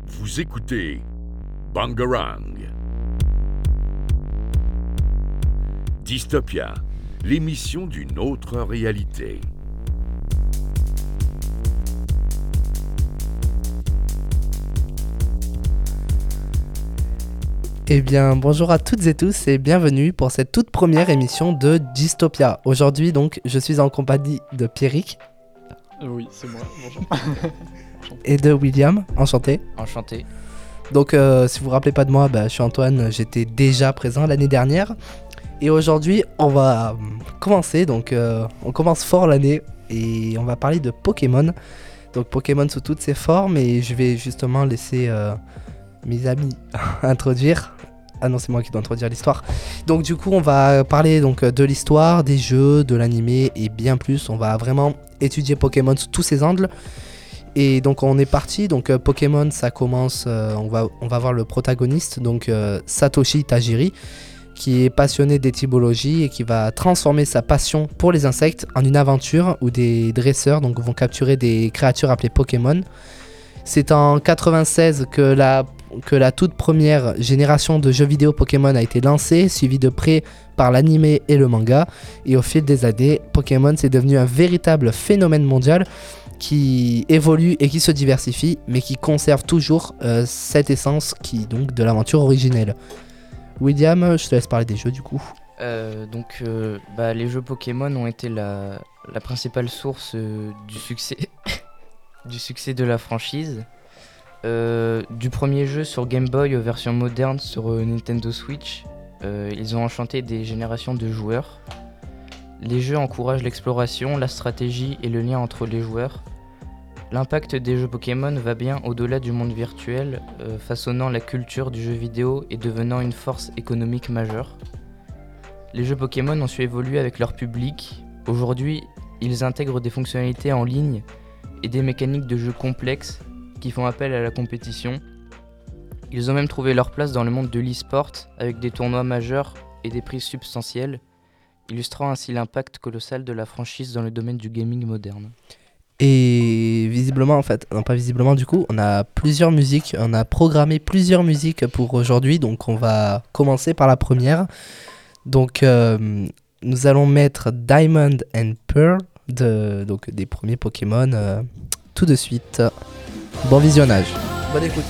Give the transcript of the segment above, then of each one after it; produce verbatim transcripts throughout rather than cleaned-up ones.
Vous écoutez Bangarang. Dystopia, l'émission d'une autre réalité. Eh bien, bonjour à toutes et tous et bienvenue pour cette toute première émission de Dystopia. Aujourd'hui, donc, je suis en compagnie de Pierrick. Oui, c'est moi, bonjour. Et de William, enchanté. Enchanté. Donc, euh, si vous vous rappelez pas de moi, bah, je suis Antoine, j'étais déjà présent l'année dernière. Et aujourd'hui, on va commencer, donc euh, on commence fort l'année et on va parler de Pokémon. Donc Pokémon sous toutes ses formes et je vais justement laisser euh, mes amis introduire. Ah non, c'est moi qui dois introduire l'histoire. Donc du coup, on va parler donc de l'histoire, des jeux, de l'animé et bien plus. On va vraiment étudier Pokémon sous tous ses angles. Et donc on est parti. Donc euh, Pokémon, ça commence. Euh, on va on va voir le protagoniste, donc euh, Satoshi Tajiri, qui est passionné d'étymologie et qui va transformer sa passion pour les insectes en une aventure où des dresseurs donc vont capturer des créatures appelées Pokémon. C'est en quatre-vingt-seize que la que la toute première génération de jeux vidéo Pokémon a été lancée, suivie de près par l'animé et le manga. Et au fil des années, Pokémon c'est devenu un véritable phénomène mondial qui évolue et qui se diversifie, mais qui conserve toujours euh, cette essence qui donc de l'aventure originelle. William, je te laisse parler des jeux du coup. Euh, donc, euh, bah, les jeux Pokémon ont été la, la principale source euh, du succès du succès de la franchise. Euh, du premier jeu sur Game Boy aux versions modernes sur euh, Nintendo Switch, euh, ils ont enchanté des générations de joueurs. Les jeux encouragent l'exploration, la stratégie et le lien entre les joueurs. L'impact des jeux Pokémon va bien au-delà du monde virtuel, euh, façonnant la culture du jeu vidéo et devenant une force économique majeure. Les jeux Pokémon ont su évoluer avec leur public. Aujourd'hui, ils intègrent des fonctionnalités en ligne et des mécaniques de jeu complexes qui font appel à la compétition. Ils ont même trouvé leur place dans le monde de l'e-sport avec des tournois majeurs et des prix substantiels, illustrant ainsi l'impact colossal de la franchise dans le domaine du gaming moderne. Et visiblement, en fait, non pas visiblement du coup, on a plusieurs musiques, on a programmé plusieurs musiques pour aujourd'hui, donc on va commencer par la première. Donc euh, nous allons mettre Diamond and Pearl, de, donc des premiers Pokémon, euh, tout de suite. Bon visionnage. Bonne écoute.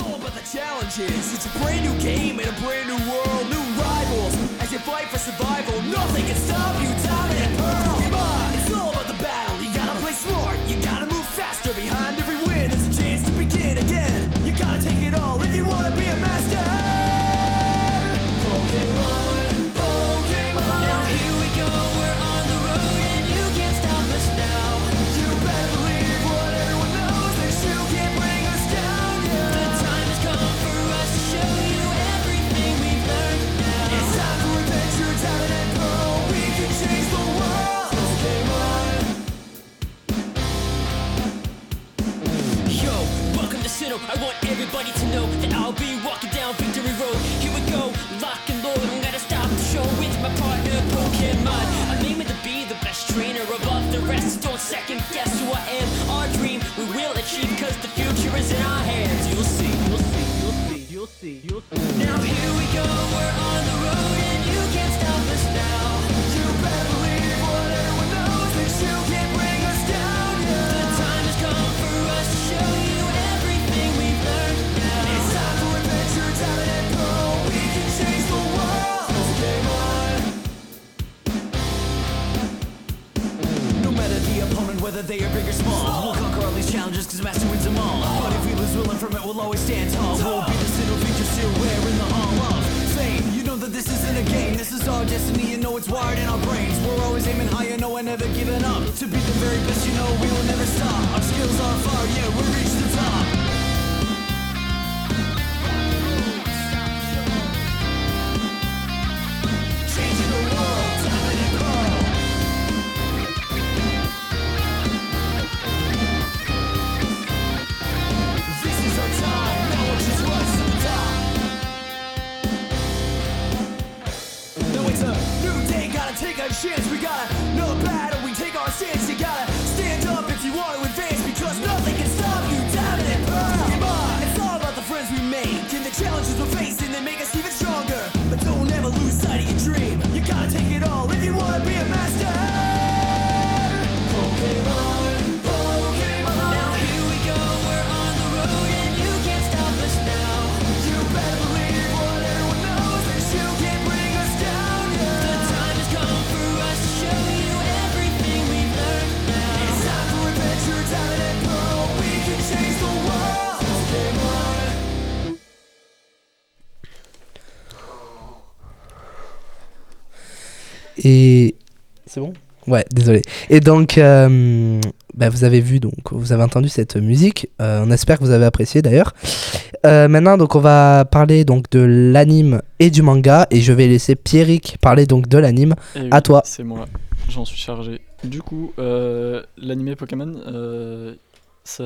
I want everybody to know that I'll be walking down Victory Road. Here we go, lock and load. I'm gonna stop the show with my partner Pokemon. I'm aiming to be the best trainer above the rest. Don't second guess who I am. Our dream we will achieve, cause the future is in our hands. You'll see, you'll see, you'll see, you'll see, you'll see. Now here we go, we're on the road and you can't stop us now. You better believe what everyone knows, that you can't bring us down. Yeah. The time has come for us to show you. Whether they are big or small, we'll conquer all these challenges cause master wins them all. But if we lose, we'll learn from it, we'll always stand tall. We'll be the center feature still wearing the hall of fame. You know that this isn't a game, this is our destiny, you know it's wired in our brains. We're always aiming high, you know we're never giving up. To be the very best, you know we will never stop. Our skills are far, yeah, we'll reach the top. Changing the world, Diamond and Pearl. Take a chance, we gotta know battle, we take our stance. You gotta stand up if you want to advance, because nothing can stop you. Diamond and Pearl. It's all about the Et c'est bon ? Ouais, désolé. Et donc, euh, bah, vous avez vu, donc vous avez entendu cette musique. Euh, on espère que vous avez apprécié d'ailleurs. Euh, maintenant, donc on va parler donc de l'anime et du manga, et je vais laisser Pierrick parler donc de l'anime. Et oui, À toi. C'est moi, j'en suis chargé. Du coup, euh, l'anime Pokémon, euh, ça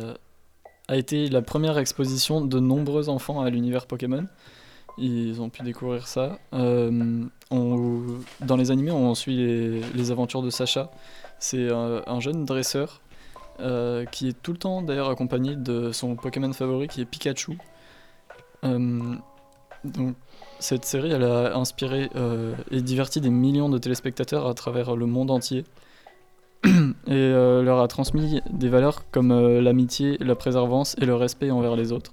a été la première exposition de nombreux enfants à l'univers Pokémon. Ils ont pu découvrir ça. Euh, on- dans les animés, on suit les, les aventures de Sacha. C'est un, un jeune dresseur euh, qui est tout le temps d'ailleurs accompagné de son Pokémon favori qui est Pikachu. Euh, donc, cette série, elle a inspiré euh, et diverti des millions de téléspectateurs à travers le monde entier et euh, leur a transmis des valeurs comme euh, l'amitié, la préservance et le respect envers les autres.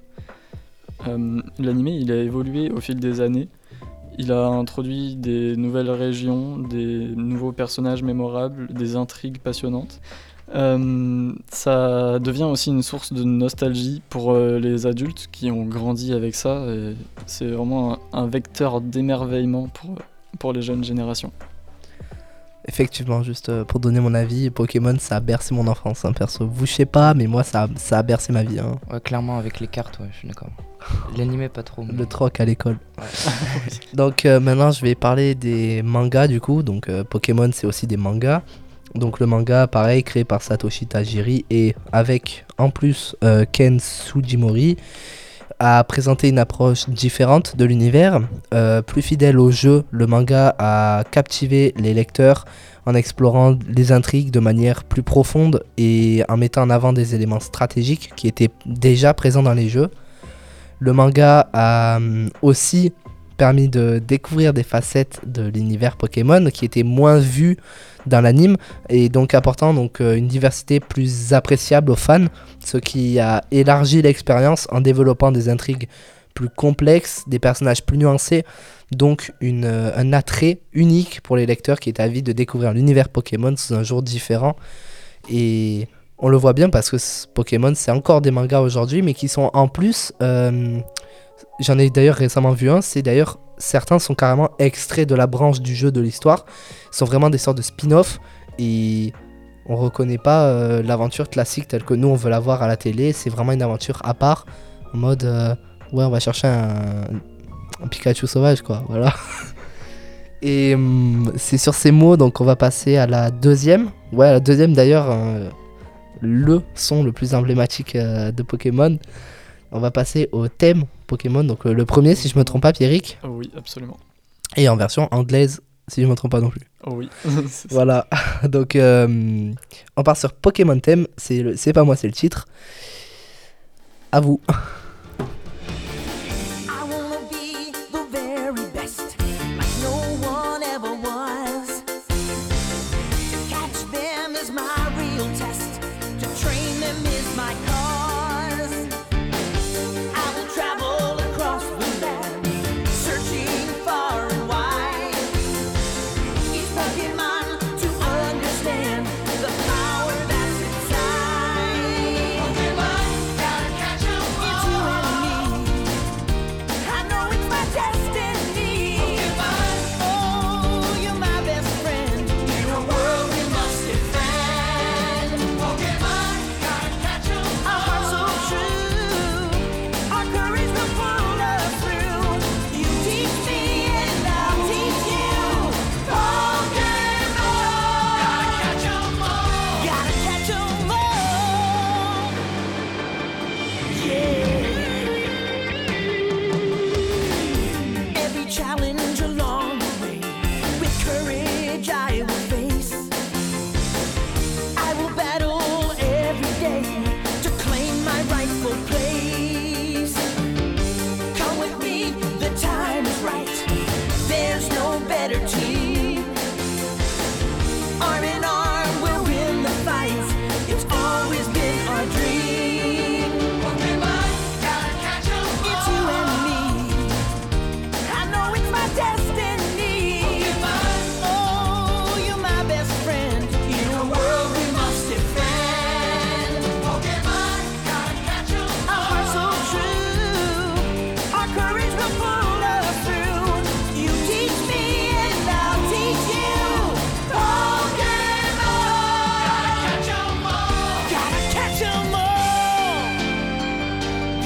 Euh, L'anime, il a évolué au fil des années. Il a introduit des nouvelles régions, des nouveaux personnages mémorables, des intrigues passionnantes. Euh, ça devient aussi une source de nostalgie pour euh, les adultes qui ont grandi avec ça. Et c'est vraiment un, un vecteur d'émerveillement pour, pour les jeunes générations. Effectivement, juste euh, pour donner mon avis, Pokémon, ça a bercé mon enfance, hein, perso. Vous, je sais pas, mais moi, ça a, ça a bercé ma vie. Hein. Ouais, clairement, avec les cartes, ouais, je suis d'accord. L'animé, pas trop. mais- Le troc à l'école. Ouais. Donc euh, maintenant, je vais parler des mangas, du coup. Donc euh, Pokémon, c'est aussi des mangas. Donc le manga, pareil, créé par Satoshi Tajiri et avec, en plus, euh, Ken Sugimori, a présenté une approche différente de l'univers. Euh, plus fidèle au jeu, le manga a captivé les lecteurs en explorant les intrigues de manière plus profonde et en mettant en avant des éléments stratégiques qui étaient déjà présents dans les jeux. Le manga a hum, aussi permis de découvrir des facettes de l'univers Pokémon qui étaient moins vues dans l'anime et donc apportant donc, euh, une diversité plus appréciable aux fans, ce qui a élargi l'expérience en développant des intrigues plus complexes, des personnages plus nuancés, donc une, euh, un attrait unique pour les lecteurs qui étaient avides de découvrir l'univers Pokémon sous un jour différent. Et on le voit bien parce que ce Pokémon, c'est encore des mangas aujourd'hui, mais qui sont en plus... euh, J'en ai d'ailleurs récemment vu un, c'est d'ailleurs, certains sont carrément extraits de la branche du jeu de l'histoire. Ils sont vraiment des sortes de spin-off et on reconnaît pas euh, l'aventure classique telle que nous on veut la voir à la télé. C'est vraiment une aventure à part, en mode, euh, ouais, on va chercher un, un Pikachu sauvage, quoi, voilà. Et hum, c'est sur ces mots, donc on va passer à la deuxième. Ouais, la deuxième d'ailleurs, euh, le son le plus emblématique euh, de Pokémon. On va passer au thème Pokémon, donc euh, le premier si je me trompe pas, Pierrick, Oh oui, absolument. et en version anglaise si je me trompe pas non plus. Oh oui. C'est ça. Voilà, donc euh, on part sur Pokémon thème, c'est, le, c'est pas moi, c'est le titre. À vous. I wanna be the very best, like no one ever was. To catch them is my real test, to train them is my cause. I will travel across the land, searching far and wide. Each Pokemon to understand the power that's inside. Pokemon, gotta catch 'em all. It's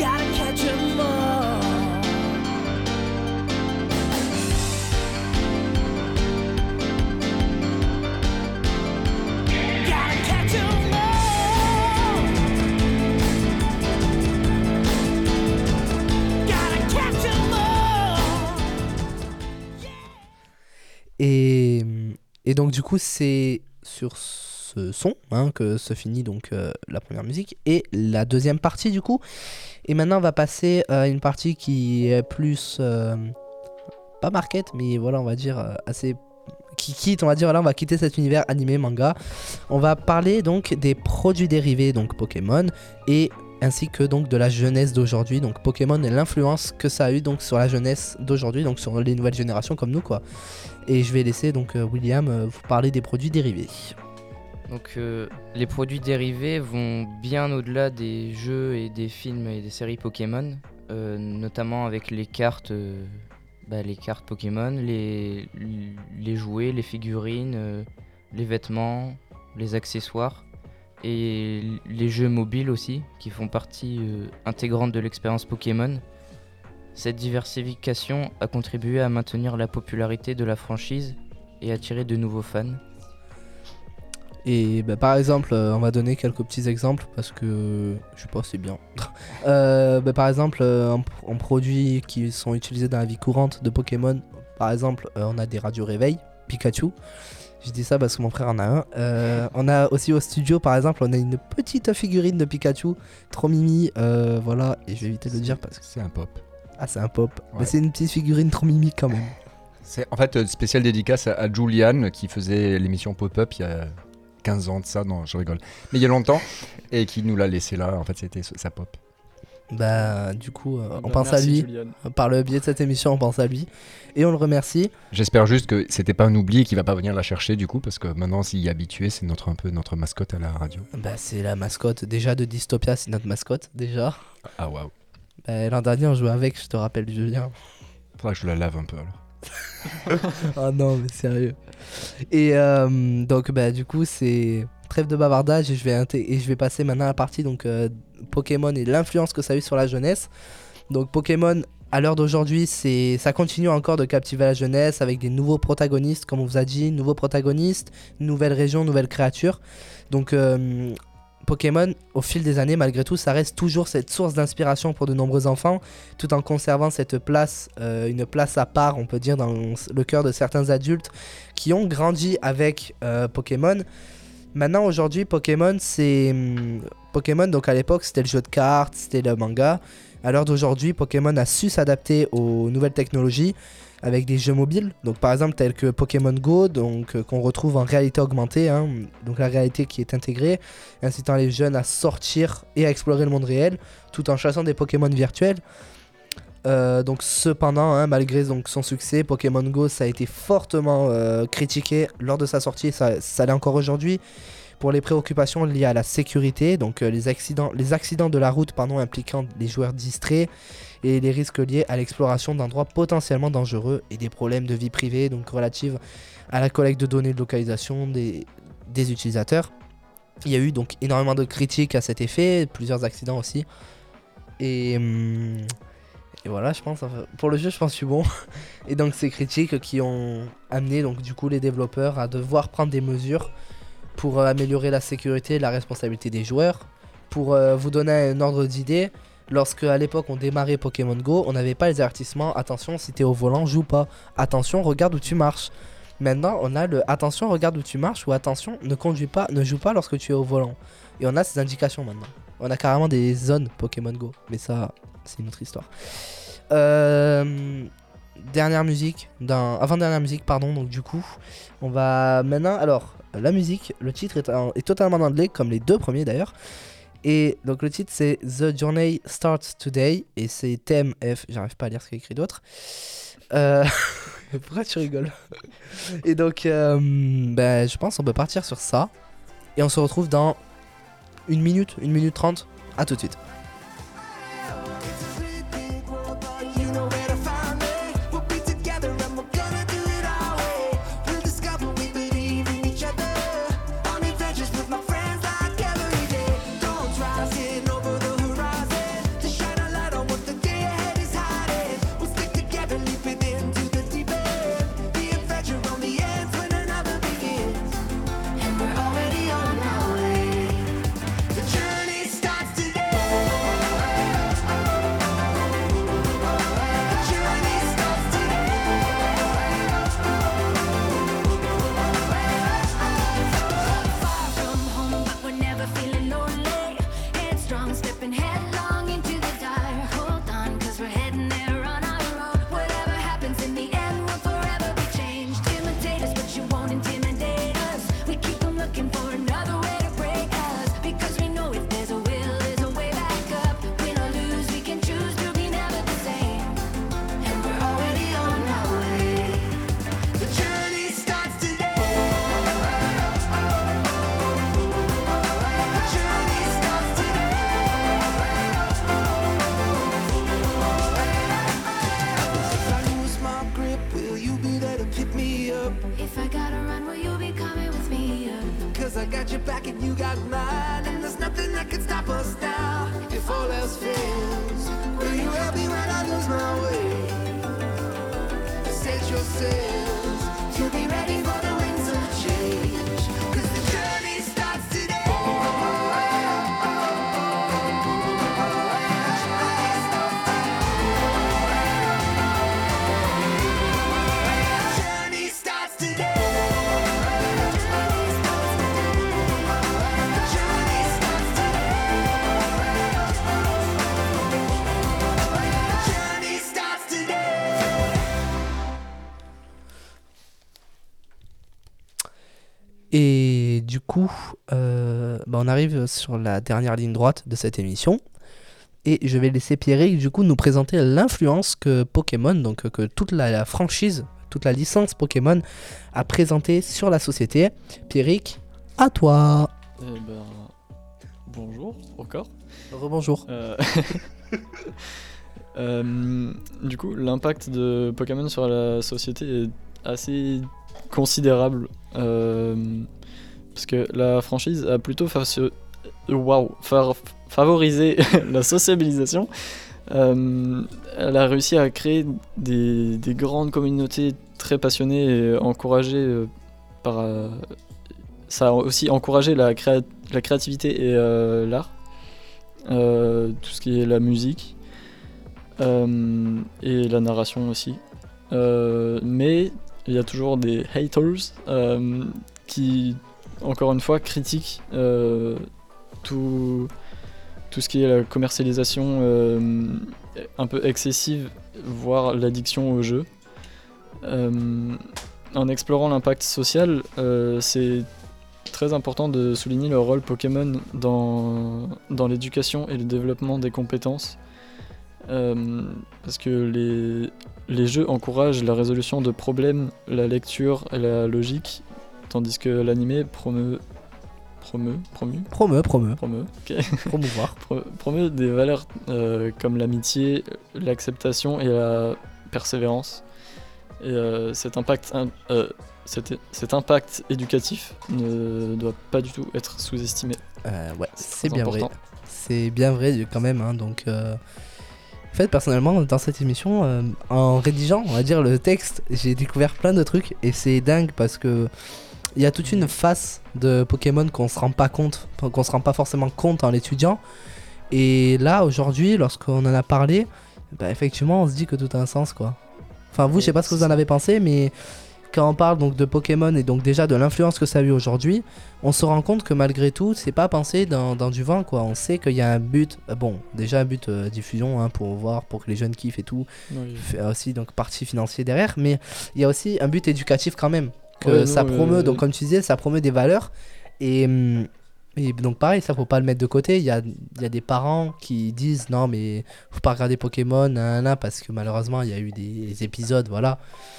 Gotta catch 'em all. Gotta catch 'em all. Gotta catch 'em all. Et, et donc du coup c'est sur ce son hein, que se finit donc euh, la première musique et la deuxième partie du coup. Et maintenant on va passer à une partie qui est plus euh, pas market mais voilà on va dire euh, assez qui quitte on va dire voilà on va quitter cet univers animé manga. On va parler donc des produits dérivés donc Pokémon et ainsi que donc de la jeunesse d'aujourd'hui donc Pokémon et l'influence que ça a eu donc sur la jeunesse d'aujourd'hui donc sur les nouvelles générations comme nous quoi. Et je vais laisser donc euh, William euh, vous parler des produits dérivés. Donc euh, les produits dérivés vont bien au-delà des jeux et des films et des séries Pokémon, euh, notamment avec les cartes, euh, bah, les cartes Pokémon, les, les jouets, les figurines, euh, les vêtements, les accessoires et les jeux mobiles aussi qui font partie euh, intégrante de l'expérience Pokémon. Cette diversification a contribué à maintenir la popularité de la franchise et attirer de nouveaux fans. Et bah, par exemple, euh, on va donner quelques petits exemples parce que euh, je sais pas, c'est bien. euh, bah, par exemple, euh, en, en produits qui sont utilisés dans la vie courante de Pokémon, par exemple, euh, on a des radios réveil, Pikachu. Je dis ça parce que mon frère en a un. Euh, on a aussi au studio, par exemple, on a une petite figurine de Pikachu, trop mimi. Euh, voilà, et je vais éviter de le dire parce que c'est un pop. Ah, c'est un pop. Ouais. Mais c'est une petite figurine trop mimi quand même. C'est en fait spécial dédicace à, à Julian qui faisait l'émission Pop-Up il y a quinze ans de ça, non je rigole, mais il y a longtemps et qui nous l'a laissé là, en fait c'était sa pop. Bah du coup euh, on Bah, pense merci, à lui, Julian. par le biais de cette émission on pense à lui et on le remercie. J'espère juste que c'était pas un oubli et qu'il va pas venir la chercher du coup parce que maintenant s'il y est habitué c'est notre, un peu notre mascotte à la radio. Bah c'est la mascotte déjà de Dystopia, c'est notre mascotte déjà. Ah waouh. Bah, l'an dernier on jouait avec, je te rappelle Julien. Faudra que je la lave un peu alors. Oh non mais sérieux. Et euh, donc bah du coup c'est trêve de bavardage et je vais, inté- et je vais passer maintenant à la partie donc euh, Pokémon et l'influence que ça a eu sur la jeunesse. Donc Pokémon à l'heure d'aujourd'hui c'est ça continue encore de captiver la jeunesse avec des nouveaux protagonistes comme on vous a dit, nouveaux protagonistes, nouvelles régions, nouvelles créatures. Donc euh, Pokémon, au fil des années, malgré tout, ça reste toujours cette source d'inspiration pour de nombreux enfants, tout en conservant cette place, euh, une place à part, on peut dire, dans le cœur de certains adultes qui ont grandi avec euh, Pokémon. Maintenant, aujourd'hui, Pokémon, c'est... hum, Pokémon, donc à l'époque, c'était le jeu de cartes, c'était le manga. À l'heure d'aujourd'hui, Pokémon a su s'adapter aux nouvelles technologies avec des jeux mobiles, donc par exemple tels que Pokémon Go, donc euh, qu'on retrouve en réalité augmentée, hein, donc la réalité qui est intégrée, incitant les jeunes à sortir et à explorer le monde réel, tout en chassant des Pokémon virtuels. Euh, donc cependant, hein, malgré donc, son succès, Pokémon Go ça a été fortement euh, critiqué lors de sa sortie, ça, ça l'est encore aujourd'hui, pour les préoccupations liées à la sécurité, donc euh, les, accidents, les accidents de la route pardon, impliquant les joueurs distraits, et les risques liés à l'exploration d'endroits potentiellement dangereux et des problèmes de vie privée donc relatifs à la collecte de données de localisation des, des utilisateurs. Il y a eu donc énormément de critiques à cet effet, plusieurs accidents aussi. Et, hum, et voilà, je pense, enfin, pour le jeu, je pense que je suis bon. Et donc ces critiques qui ont amené donc du coup les développeurs à devoir prendre des mesures pour euh, améliorer la sécurité et la responsabilité des joueurs. Pour euh, vous donner un ordre d'idée, lorsque à l'époque on démarrait Pokémon Go, on n'avait pas les avertissements attention si t'es au volant, joue pas. Attention, regarde où tu marches. Maintenant, on a le attention, regarde où tu marches ou attention, ne conduis pas, ne joue pas lorsque tu es au volant. Et on a ces indications maintenant. On a carrément des zones Pokémon Go, mais ça, c'est une autre histoire. Euh, dernière musique, d'un, avant-dernière musique, pardon. Donc du coup, on va maintenant. Alors, la musique, le titre est, en, est totalement en anglais, comme les deux premiers d'ailleurs. Et donc le titre c'est The Journey Starts Today et c'est T M F, j'arrive pas à lire ce qu'il y a écrit d'autre. Euh... Pourquoi tu rigoles? Et donc euh, ben, je pense qu'on peut partir sur ça et on se retrouve dans une minute, une minute trente. À tout de suite. Shine a light. back and you got mine, and there's nothing that can stop us now. If all else fails, will you help me when I lose my way? Set your sails, you'll be ready for the winds of change. 'Cause the journey starts today. Journey starts today. Journey starts today. Journey starts today. Et du coup, euh, bah, on arrive sur la dernière ligne droite de cette émission. Et je vais laisser Pierrick du coup nous présenter l'influence que Pokémon, donc que toute la, la franchise, toute la licence Pokémon a présentée sur la société. Pierrick, à toi. Eh ben, bonjour encore. Rebonjour. Euh, euh, du coup, l'impact de Pokémon sur la société est assez considérable. Euh, parce que la franchise a plutôt faci- waouh, fa- favorisé la sociabilisation. Euh, elle a réussi à créer des, des grandes communautés très passionnées et encouragées euh, par. euh, ça a aussi encouragé la, créa- la créativité et euh, l'art. Euh, tout ce qui est la musique euh, et la narration aussi. Euh, mais il y a toujours des haters euh, qui, encore une fois, critiquent euh, tout, tout ce qui est la commercialisation euh, un peu excessive, voire l'addiction au jeu. Euh, en explorant l'impact social, euh, c'est très important de souligner le rôle Pokémon dans, dans l'éducation et le développement des compétences. Euh, parce que les, les jeux encouragent la résolution de problèmes, la lecture et la logique, tandis que l'animé promeut, promeut, promu, Promeut, promeut, promeut, ok, promouvoir. pro- promeut des valeurs euh, comme l'amitié, l'acceptation et la persévérance. Et euh, cet impact, in- euh, cet, cet impact éducatif ne doit pas du tout être sous-estimé. Euh, ouais, c'est très bien vrai. important. C'est bien vrai quand même. Hein, donc, euh, en fait, personnellement, dans cette émission, euh, en rédigeant, on va dire le texte, j'ai découvert plein de trucs et c'est dingue parce que il y a toute une face de Pokémon qu'on se rend pas compte, qu'on se rend pas forcément compte en l'étudiant. Et là, aujourd'hui, lorsqu'on en a parlé, bah, effectivement, on se dit que tout a un sens, quoi. Enfin, vous, je sais pas ce que vous en avez pensé, mais quand on parle donc de Pokémon et donc déjà de l'influence que ça a eu aujourd'hui, on se rend compte que malgré tout, c'est pas pensé dans, dans du vent, quoi. On sait qu'il y a un but, euh, bon, déjà un but euh, diffusion, hein, pour voir, pour que les jeunes kiffent et tout, Oui. fait aussi donc partie financière derrière, mais il y a aussi un but éducatif quand même, que Ouais, ça non, promeut, euh, donc comme tu disais, ça promeut des valeurs, et, hum, et donc pareil, ça faut pas le mettre de côté, il y a, il y a des parents qui disent non mais faut pas regarder Pokémon, nanana, parce que malheureusement il y a eu des épisodes, voilà,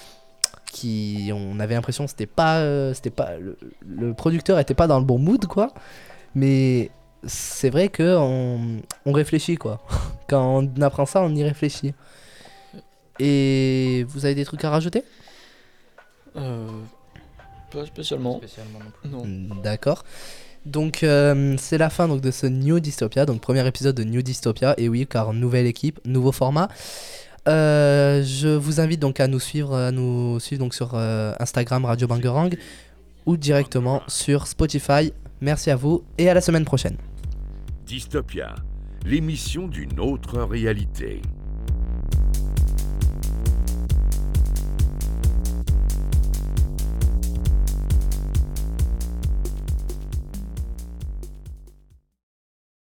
qui on avait l'impression que c'était pas euh, c'était pas le, le producteur était pas dans le bon mood, quoi, mais c'est vrai que on, on réfléchit, quoi. Quand on apprend ça, on y réfléchit. Et vous avez des trucs à rajouter? Euh, pas spécialement. Spécialement non plus. Non. Mm, D'accord. Donc euh, c'est la fin donc, de ce New Dystopia, donc premier épisode de New Dystopia, et oui, car nouvelle équipe, nouveau format. Euh, je vous invite donc à nous suivre, à nous suivre donc sur euh, Instagram Radio Bangarang ou directement sur Spotify. Merci à vous et à la semaine prochaine. Dystopia, l'émission d'une autre réalité.